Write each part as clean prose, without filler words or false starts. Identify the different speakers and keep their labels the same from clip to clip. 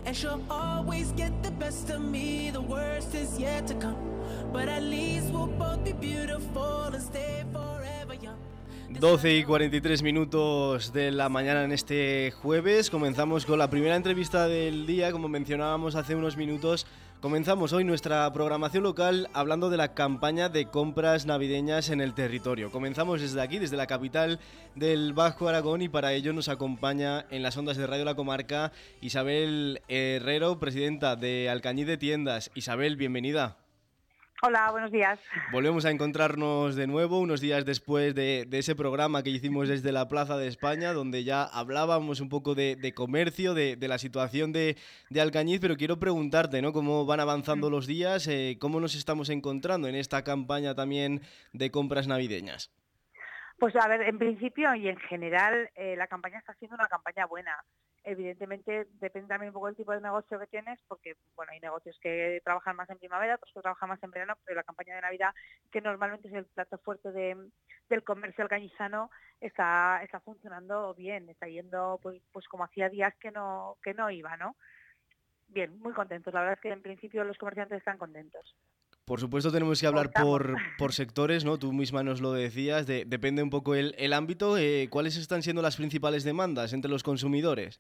Speaker 1: and she'll always get the best of me. The worst is yet to come, but at least we'll both be beautiful and stay forever young.
Speaker 2: 12:43 de la mañana en este jueves. Comenzamos con la primera entrevista del día. Como mencionábamos hace unos minutos, comenzamos hoy nuestra programación local hablando de la campaña de compras navideñas en el territorio. Comenzamos desde aquí, desde la capital del Bajo Aragón, y para ello nos acompaña en las ondas de Radio La Comarca Isabel Herrero, presidenta de Alcañiz de Tiendas. Isabel, bienvenida.
Speaker 3: Hola, buenos días.
Speaker 2: Volvemos a encontrarnos de nuevo unos días después de ese programa que hicimos desde la Plaza de España, donde ya hablábamos un poco de comercio, de la situación de Alcañiz, pero quiero preguntarte, ¿no?, cómo van avanzando los días, cómo nos estamos encontrando en esta campaña también de compras navideñas.
Speaker 3: Pues a ver, en principio y en general la campaña está siendo una campaña buena. Evidentemente depende también un poco del tipo de negocio que tienes, porque bueno, hay negocios que trabajan más en primavera, otros que trabajan más en verano, pero la campaña de Navidad, que normalmente es el plato fuerte del comercio alcañizano, está funcionando bien, está yendo pues como hacía días que no iba, ¿no? Bien, muy contentos. La verdad es que en principio los comerciantes están contentos.
Speaker 2: Por supuesto tenemos que hablar por sectores, ¿no? Tú misma nos lo decías, depende un poco el ámbito. ¿Cuáles están siendo las principales demandas entre los consumidores?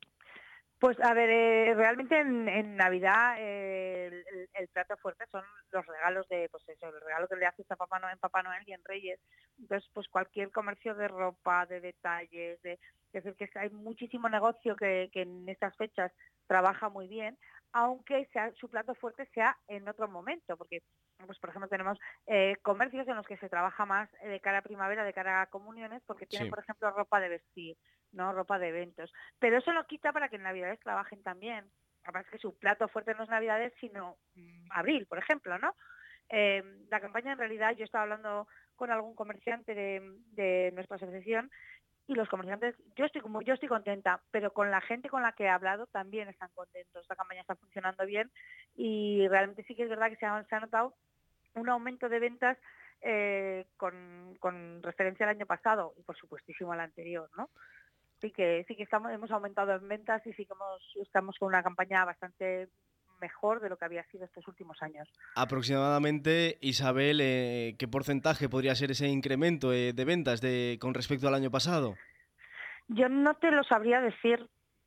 Speaker 3: Pues a ver, realmente en Navidad el plato fuerte son los regalos el regalo que le haces a en Papá Noel y en Reyes. Entonces, pues cualquier comercio de ropa, de detalles, es decir, que hay muchísimo negocio que en estas fechas trabaja muy bien, aunque su plato fuerte sea en otro momento, porque pues por ejemplo tenemos comercios en los que se trabaja más de cara a primavera, de cara a comuniones, porque tienen, por ejemplo, ropa de vestir, no ropa de eventos. Pero eso no quita para que en Navidades trabajen también. Además que su plato fuerte no es Navidades, sino abril, por ejemplo, ¿no? La campaña, en realidad, yo estaba hablando con algún comerciante de nuestra asociación, y los comerciantes, yo estoy contenta, pero con la gente con la que he hablado también están contentos. La campaña está funcionando bien y realmente sí que es verdad que se ha notado un aumento de ventas con referencia al año pasado y por supuestísimo al anterior, ¿no? Sí que hemos aumentado en ventas y sí que estamos con una campaña bastante mejor de lo que había sido estos últimos años.
Speaker 2: Aproximadamente, Isabel, ¿qué porcentaje podría ser ese incremento de ventas con respecto al año pasado?
Speaker 3: Yo no te lo sabría decir.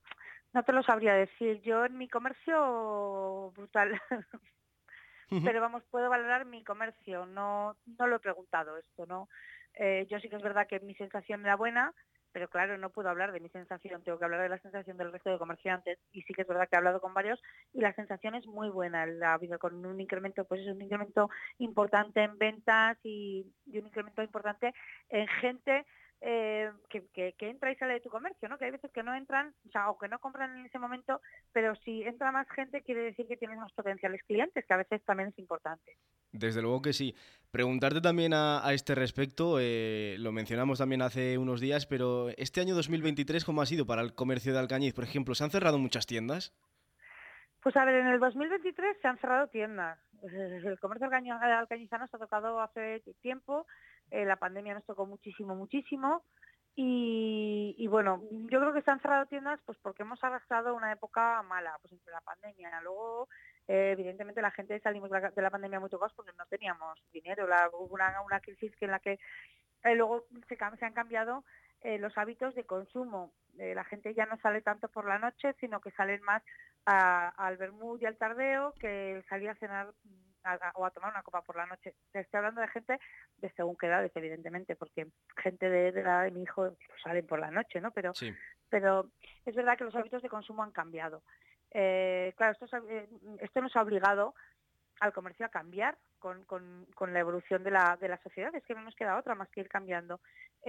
Speaker 3: Yo en mi comercio, brutal. Pero vamos, puedo valorar mi comercio. No lo he preguntado esto, ¿no? Yo sí que es verdad que mi sensación era buena, pero claro, no puedo hablar de mi sensación, tengo que hablar de la sensación del resto de comerciantes, y sí que es verdad que he hablado con varios y la sensación es muy buena. Ha habido con un incremento, pues es un incremento importante en ventas y un incremento importante en gente que entra y sale de tu comercio, ¿no? Que hay veces que no entran, o que no compran en ese momento, pero si entra más gente quiere decir que tienes más potenciales clientes, que a veces también es importante.
Speaker 2: Desde luego que sí. Preguntarte también a este respecto, lo mencionamos también hace unos días, pero este año 2023, ¿cómo ha sido para el comercio de Alcañiz? Por ejemplo, ¿se han cerrado muchas tiendas?
Speaker 3: Pues a ver, en el 2023 se han cerrado tiendas. El comercio alcañizano se ha tocado hace tiempo, la pandemia nos tocó muchísimo, y bueno, yo creo que se han cerrado tiendas pues porque hemos arrastrado una época mala, pues entre la pandemia, luego evidentemente la gente salimos de la pandemia muy tocados porque no teníamos dinero, hubo una crisis en la que luego se han cambiado los hábitos de consumo. La gente ya no sale tanto por la noche, sino que salen más al vermut y al tardeo, que salir a cenar o a tomar una copa por la noche. Te estoy hablando de gente de según qué edades, evidentemente, porque gente de la edad de mi hijo pues, salen por la noche, ¿no? Pero es verdad que los hábitos de consumo han cambiado. Claro, esto nos ha obligado al comercio a cambiar con la evolución de la sociedad. Es que no nos queda otra más que ir cambiando.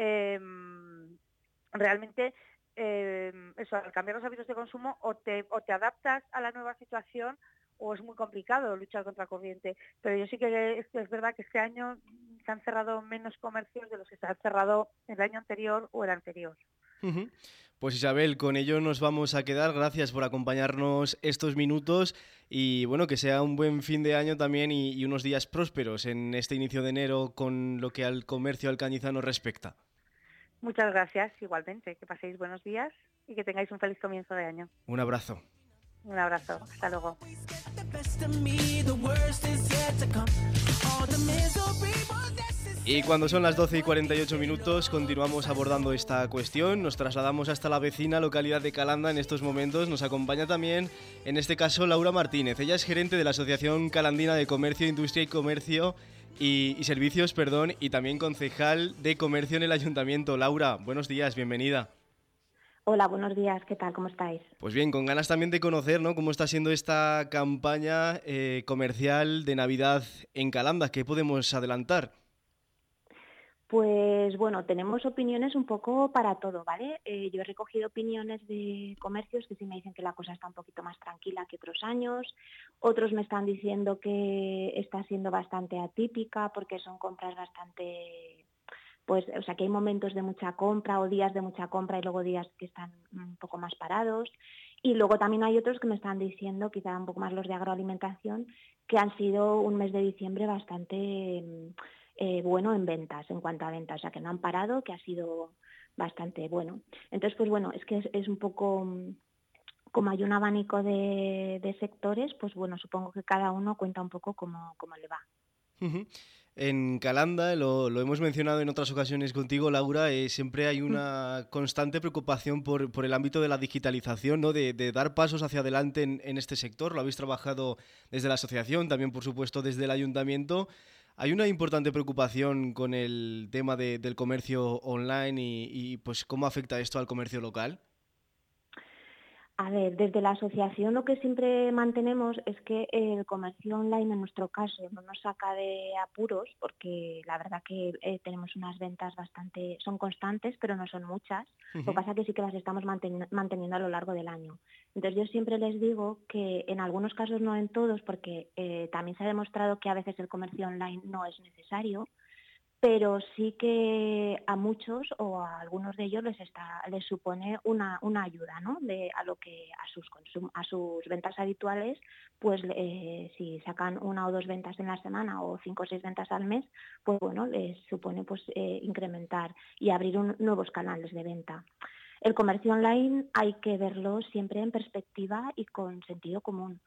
Speaker 3: Realmente, al cambiar los hábitos de consumo, o te adaptas a la nueva situación, o es muy complicado luchar contra corriente. Pero yo sí que es verdad que este año se han cerrado menos comercios de los que se han cerrado el año anterior o el anterior.
Speaker 2: Pues Isabel, con ello nos vamos a quedar. Gracias por acompañarnos estos minutos y bueno, que sea un buen fin de año también y unos días prósperos en este inicio de enero con lo que al comercio alcañizano respecta.
Speaker 3: Muchas gracias, igualmente. Que paséis buenos días y que tengáis un feliz comienzo de año.
Speaker 2: Un abrazo.
Speaker 3: Un abrazo, hasta luego.
Speaker 1: The best of me, the worst is yet to come. All the misery was necessary.
Speaker 2: Y cuando son las 12 y 48 minutos continuamos abordando esta cuestión, nos trasladamos hasta la vecina localidad de Calanda en estos momentos, nos acompaña también en este caso Laura Martínez, ella es gerente de la Asociación Calandina de Comercio, Industria y Comercio y Servicios, y también concejal de Comercio en el Ayuntamiento. Laura, buenos días, bienvenida.
Speaker 4: Hola, buenos días, ¿qué tal? ¿Cómo estáis?
Speaker 2: Pues bien, con ganas también de conocer, ¿no?, cómo está siendo esta campaña comercial de Navidad en Calanda, ¿qué podemos adelantar?
Speaker 4: Pues bueno, tenemos opiniones un poco para todo, ¿vale? Yo he recogido opiniones de comercios que sí me dicen que la cosa está un poquito más tranquila que otros años, otros me están diciendo que está siendo bastante atípica porque son compras bastante, pues, o sea, que hay momentos de mucha compra o días de mucha compra y luego días que están un poco más parados. Y luego también hay otros que me están diciendo, quizá un poco más los de agroalimentación, que han sido un mes de diciembre bastante bueno en ventas, en cuanto a ventas, o sea, que no han parado, que ha sido bastante bueno. Entonces, pues bueno, es que es un poco, como hay un abanico de sectores, pues bueno, supongo que cada uno cuenta un poco cómo le va.
Speaker 2: Ujú. En Calanda, lo hemos mencionado en otras ocasiones contigo, Laura, siempre hay una constante preocupación por el ámbito de la digitalización, ¿no?, de dar pasos hacia adelante en este sector. Lo habéis trabajado desde la asociación, también por supuesto desde el ayuntamiento. Hay una importante preocupación con el tema del comercio online y pues cómo afecta esto al comercio local.
Speaker 4: A ver, desde la asociación lo que siempre mantenemos es que el comercio online en nuestro caso no nos saca de apuros porque la verdad que tenemos unas ventas bastante, son constantes pero no son muchas, lo que
Speaker 2: Ujú.
Speaker 4: pasa que sí que las estamos manteniendo a lo largo del año. Entonces yo siempre les digo que en algunos casos, no en todos, porque también se ha demostrado que a veces el comercio online no es necesario, pero sí que a muchos o a algunos de ellos les supone una ayuda, ¿no? A lo que a sus ventas habituales, pues si sacan 1 o 2 ventas en la semana o 5 o 6 ventas al mes, pues bueno, les supone pues incrementar y abrir nuevos canales de venta. El comercio online hay que verlo siempre en perspectiva y con sentido común.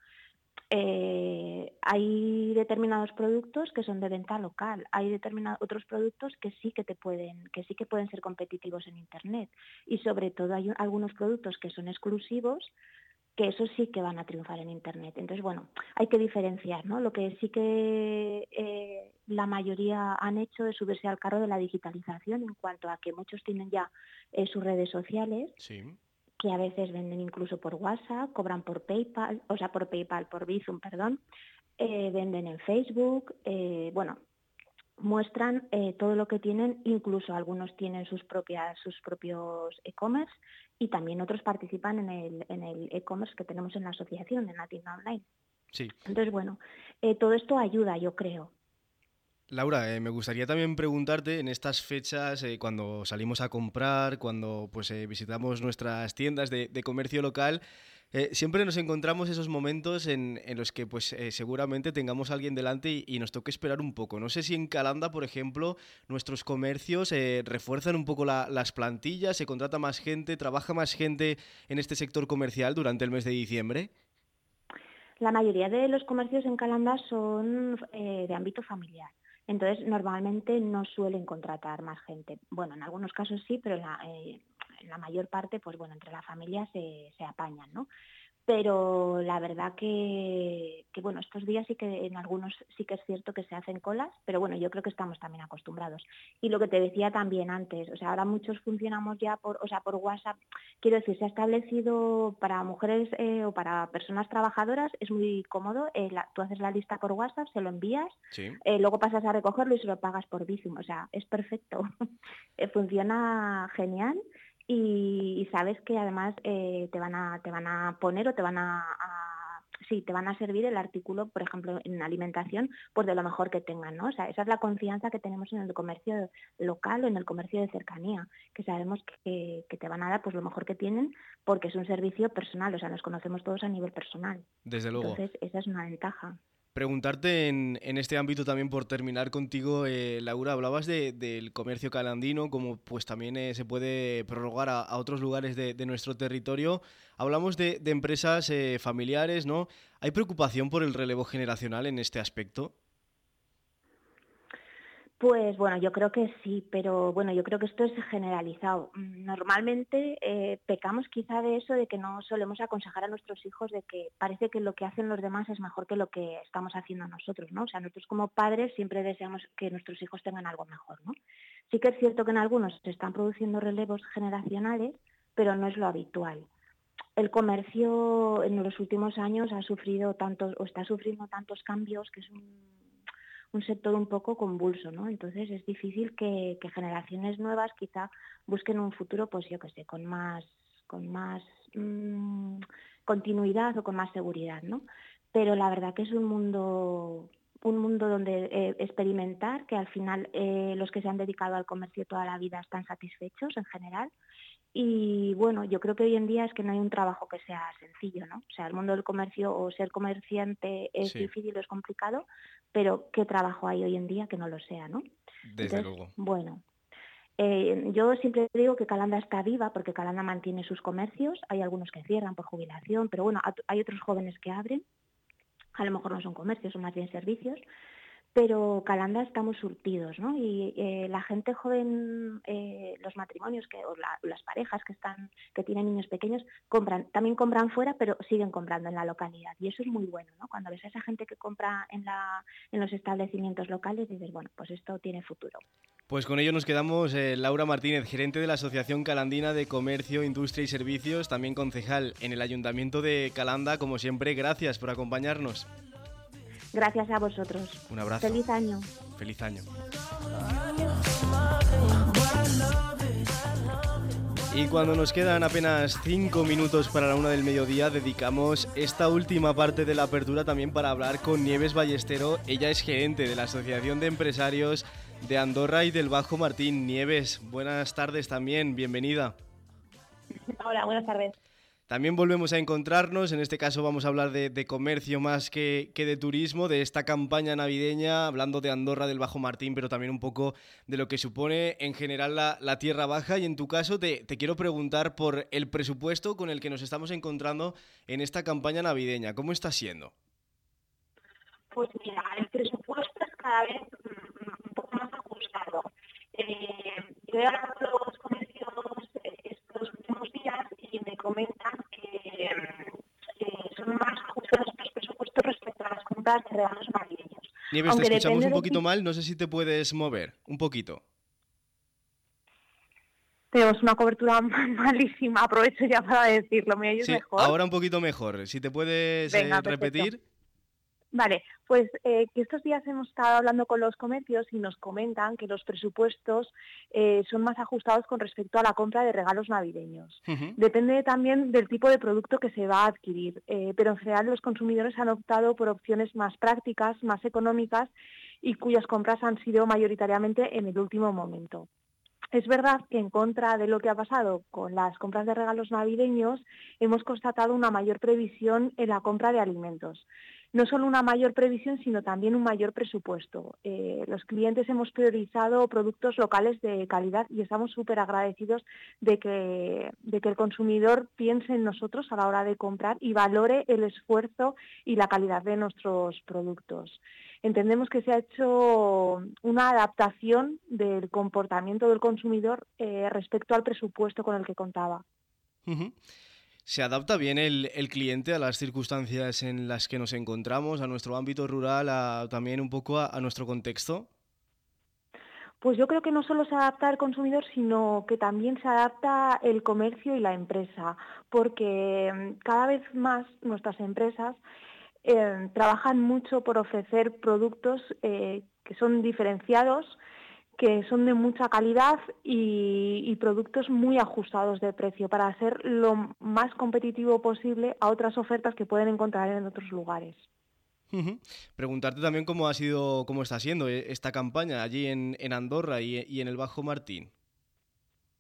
Speaker 4: Hay determinados productos que son de venta local, hay otros productos que sí que pueden ser competitivos en internet, y sobre todo hay algunos productos que son exclusivos que esos sí que van a triunfar en internet. Entonces, bueno, hay que diferenciar, ¿no? Lo que sí que la mayoría han hecho es subirse al carro de la digitalización, en cuanto a que muchos tienen ya sus redes sociales,
Speaker 2: Sí.
Speaker 4: que a veces venden incluso por WhatsApp, cobran por PayPal, por Bizum, perdón, venden en Facebook, bueno, muestran todo lo que tienen, incluso algunos tienen sus propios e-commerce y también otros participan en el e-commerce que tenemos en la asociación, en la tienda online.
Speaker 2: Sí.
Speaker 4: Entonces, bueno, todo esto ayuda, yo creo.
Speaker 2: Laura, me gustaría también preguntarte en estas fechas, cuando salimos a comprar, cuando pues visitamos nuestras tiendas de comercio local, siempre nos encontramos esos momentos en los que pues seguramente tengamos a alguien delante y nos toque esperar un poco. No sé si en Calanda, por ejemplo, nuestros comercios refuerzan un poco las plantillas, se contrata más gente, trabaja más gente en este sector comercial durante el mes de diciembre.
Speaker 4: La mayoría de los comercios en Calanda son de ámbito familiar. Entonces, normalmente no suelen contratar más gente. Bueno, en algunos casos sí, pero en la mayor parte, pues bueno, entre la familia se apañan, ¿no? Pero la verdad que, bueno, estos días sí que en algunos sí que es cierto que se hacen colas, pero bueno, yo creo que estamos también acostumbrados. Y lo que te decía también antes, o sea, ahora muchos funcionamos ya por WhatsApp. Quiero decir, se ha establecido para mujeres o para personas trabajadoras, es muy cómodo, tú haces la lista por WhatsApp, se lo envías,
Speaker 2: Sí.
Speaker 4: luego pasas a recogerlo y se lo pagas por Bizum, o sea, es perfecto. Funciona genial. Y sabes que además te van a poner o sí, te van a servir el artículo, por ejemplo, en alimentación, pues de lo mejor que tengan, ¿no? O sea, esa es la confianza que tenemos en el comercio local o en el comercio de cercanía, que sabemos que te van a dar pues lo mejor que tienen, porque es un servicio personal, o sea, nos conocemos todos a nivel personal.
Speaker 2: Desde luego.
Speaker 4: Entonces, esa es una ventaja.
Speaker 2: Preguntarte en este ámbito también, por terminar contigo, Laura, hablabas del comercio calandino, como pues también se puede prorrogar a otros lugares de nuestro territorio. Hablamos de empresas familiares, ¿no? ¿Hay preocupación por el relevo generacional en este aspecto?
Speaker 4: Pues bueno, yo creo que sí, pero bueno, yo creo que esto es generalizado. Normalmente pecamos quizá de eso, de que no solemos aconsejar a nuestros hijos de que parece que lo que hacen los demás es mejor que lo que estamos haciendo nosotros, ¿no? O sea, nosotros como padres siempre deseamos que nuestros hijos tengan algo mejor, ¿no? Sí que es cierto que en algunos se están produciendo relevos generacionales, pero no es lo habitual. El comercio en los últimos años ha sufrido tantos, o está sufriendo tantos cambios, que es un sector un poco convulso, ¿no? Entonces es difícil que generaciones nuevas quizá busquen un futuro, pues yo qué sé, con más continuidad o con más seguridad, ¿no? Pero la verdad que es un mundo donde experimentar, que al final los que se han dedicado al comercio toda la vida están satisfechos en general. Y bueno, yo creo que hoy en día es que no hay un trabajo que sea sencillo, ¿no? O sea, el mundo del comercio o ser comerciante es
Speaker 2: Sí,
Speaker 4: difícil, es complicado, pero ¿qué trabajo hay hoy en día que no lo sea, ¿no?
Speaker 2: desde
Speaker 4: Entonces,
Speaker 2: luego.
Speaker 4: bueno, yo siempre digo que Calanda está viva porque Calanda mantiene sus comercios, hay algunos que cierran por jubilación, pero bueno, hay otros jóvenes que abren, a lo mejor no son comercios, son más bien servicios, pero Calanda estamos surtidos, ¿no? Y la gente joven, los matrimonios las parejas que tienen niños pequeños, también compran fuera, pero siguen comprando en la localidad. Y eso es muy bueno, ¿no? Cuando ves a esa gente que compra en los establecimientos locales, dices, bueno, pues esto tiene futuro.
Speaker 2: Pues con ello nos quedamos. Laura Martínez, gerente de la Asociación Calandina de Comercio, Industria y Servicios, también concejal en el Ayuntamiento de Calanda. Como siempre, gracias por acompañarnos.
Speaker 4: Gracias a vosotros.
Speaker 2: Un abrazo.
Speaker 4: Feliz año.
Speaker 2: Feliz año. Y cuando nos quedan apenas 5 minutos para la 1 del mediodía, dedicamos esta última parte de la apertura también para hablar con Nieves Ballestero. Ella es gerente de la Asociación de Empresarios de Andorra y del Bajo Martín. Nieves, buenas tardes también, bienvenida.
Speaker 5: Hola, buenas tardes.
Speaker 2: También volvemos a encontrarnos, en este caso vamos a hablar de comercio más que de turismo, de esta campaña navideña, hablando de Andorra, del Bajo Martín, pero también un poco de lo que supone en general la Tierra Baja. Y en tu caso te quiero preguntar por el presupuesto con el que nos estamos encontrando en esta campaña navideña. ¿Cómo está siendo?
Speaker 5: Pues mira, el presupuesto es cada vez un poco más ajustado. Yo he hablado con los comercios estos últimos días y me comentan que son más ajustados los presupuestos respecto a las compras de regalos navideños.
Speaker 2: Nieves, te
Speaker 5: Aunque
Speaker 2: escuchamos
Speaker 5: depende
Speaker 2: un
Speaker 5: del
Speaker 2: poquito
Speaker 5: tipo,
Speaker 2: mal, no sé si te puedes mover, un poquito.
Speaker 3: Tenemos una cobertura malísima, aprovecho ya para decirlo. ¿Me oyes
Speaker 2: Sí,
Speaker 3: mejor?
Speaker 2: ahora un poquito mejor, si te puedes
Speaker 3: Venga, perfecto.
Speaker 2: repetir.
Speaker 3: Vale, pues que estos días hemos estado hablando con los comercios y nos comentan que los presupuestos son más ajustados con respecto a la compra de regalos navideños.
Speaker 2: Uh-huh.
Speaker 3: Depende también del tipo de producto que se va a adquirir, pero en general los consumidores han optado por opciones más prácticas, más económicas y cuyas compras han sido mayoritariamente en el último momento. Es verdad que en contra de lo que ha pasado con las compras de regalos navideños, hemos constatado una mayor previsión en la compra de alimentos. No solo una mayor previsión, sino también un mayor presupuesto. Los clientes hemos priorizado productos locales de calidad y estamos súper agradecidos de que el consumidor piense en nosotros a la hora de comprar y valore el esfuerzo y la calidad de nuestros productos. Entendemos que se ha hecho una adaptación del comportamiento del consumidor respecto al presupuesto con el que contaba.
Speaker 2: Uh-huh. ¿Se adapta bien el cliente a las circunstancias en las que nos encontramos, a nuestro ámbito rural, también un poco a nuestro contexto?
Speaker 3: Pues yo creo que no solo se adapta el consumidor, sino que también se adapta el comercio y la empresa, porque cada vez más nuestras empresas trabajan mucho por ofrecer productos que son diferenciados, que son de mucha calidad y productos muy ajustados de precio para ser lo más competitivo posible a otras ofertas que pueden encontrar en otros lugares.
Speaker 2: Uh-huh. Preguntarte también cómo está siendo esta campaña allí en Andorra y en el Bajo Martín.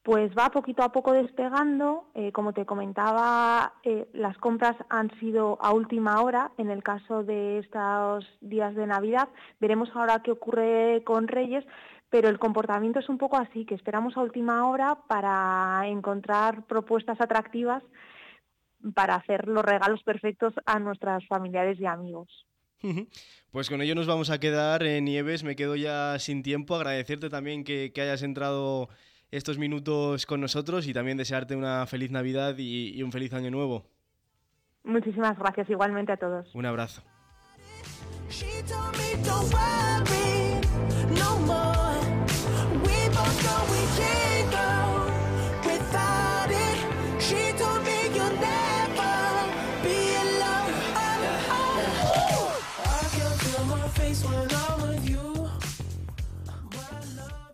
Speaker 4: pues va poquito a poco despegando. Como te comentaba, las compras han sido a última hora en el caso de estos días de Navidad. Veremos ahora qué ocurre con Reyes, pero el comportamiento es un poco así, que esperamos a última hora para encontrar propuestas atractivas para hacer los regalos perfectos a nuestros familiares y amigos.
Speaker 2: Pues con ello nos vamos a quedar, Nieves. Me quedo ya sin tiempo. Agradecerte también que hayas entrado estos minutos con nosotros y también desearte una feliz Navidad y un feliz Año Nuevo.
Speaker 4: Muchísimas gracias, igualmente a todos.
Speaker 2: Un abrazo.
Speaker 1: She told me don't worry.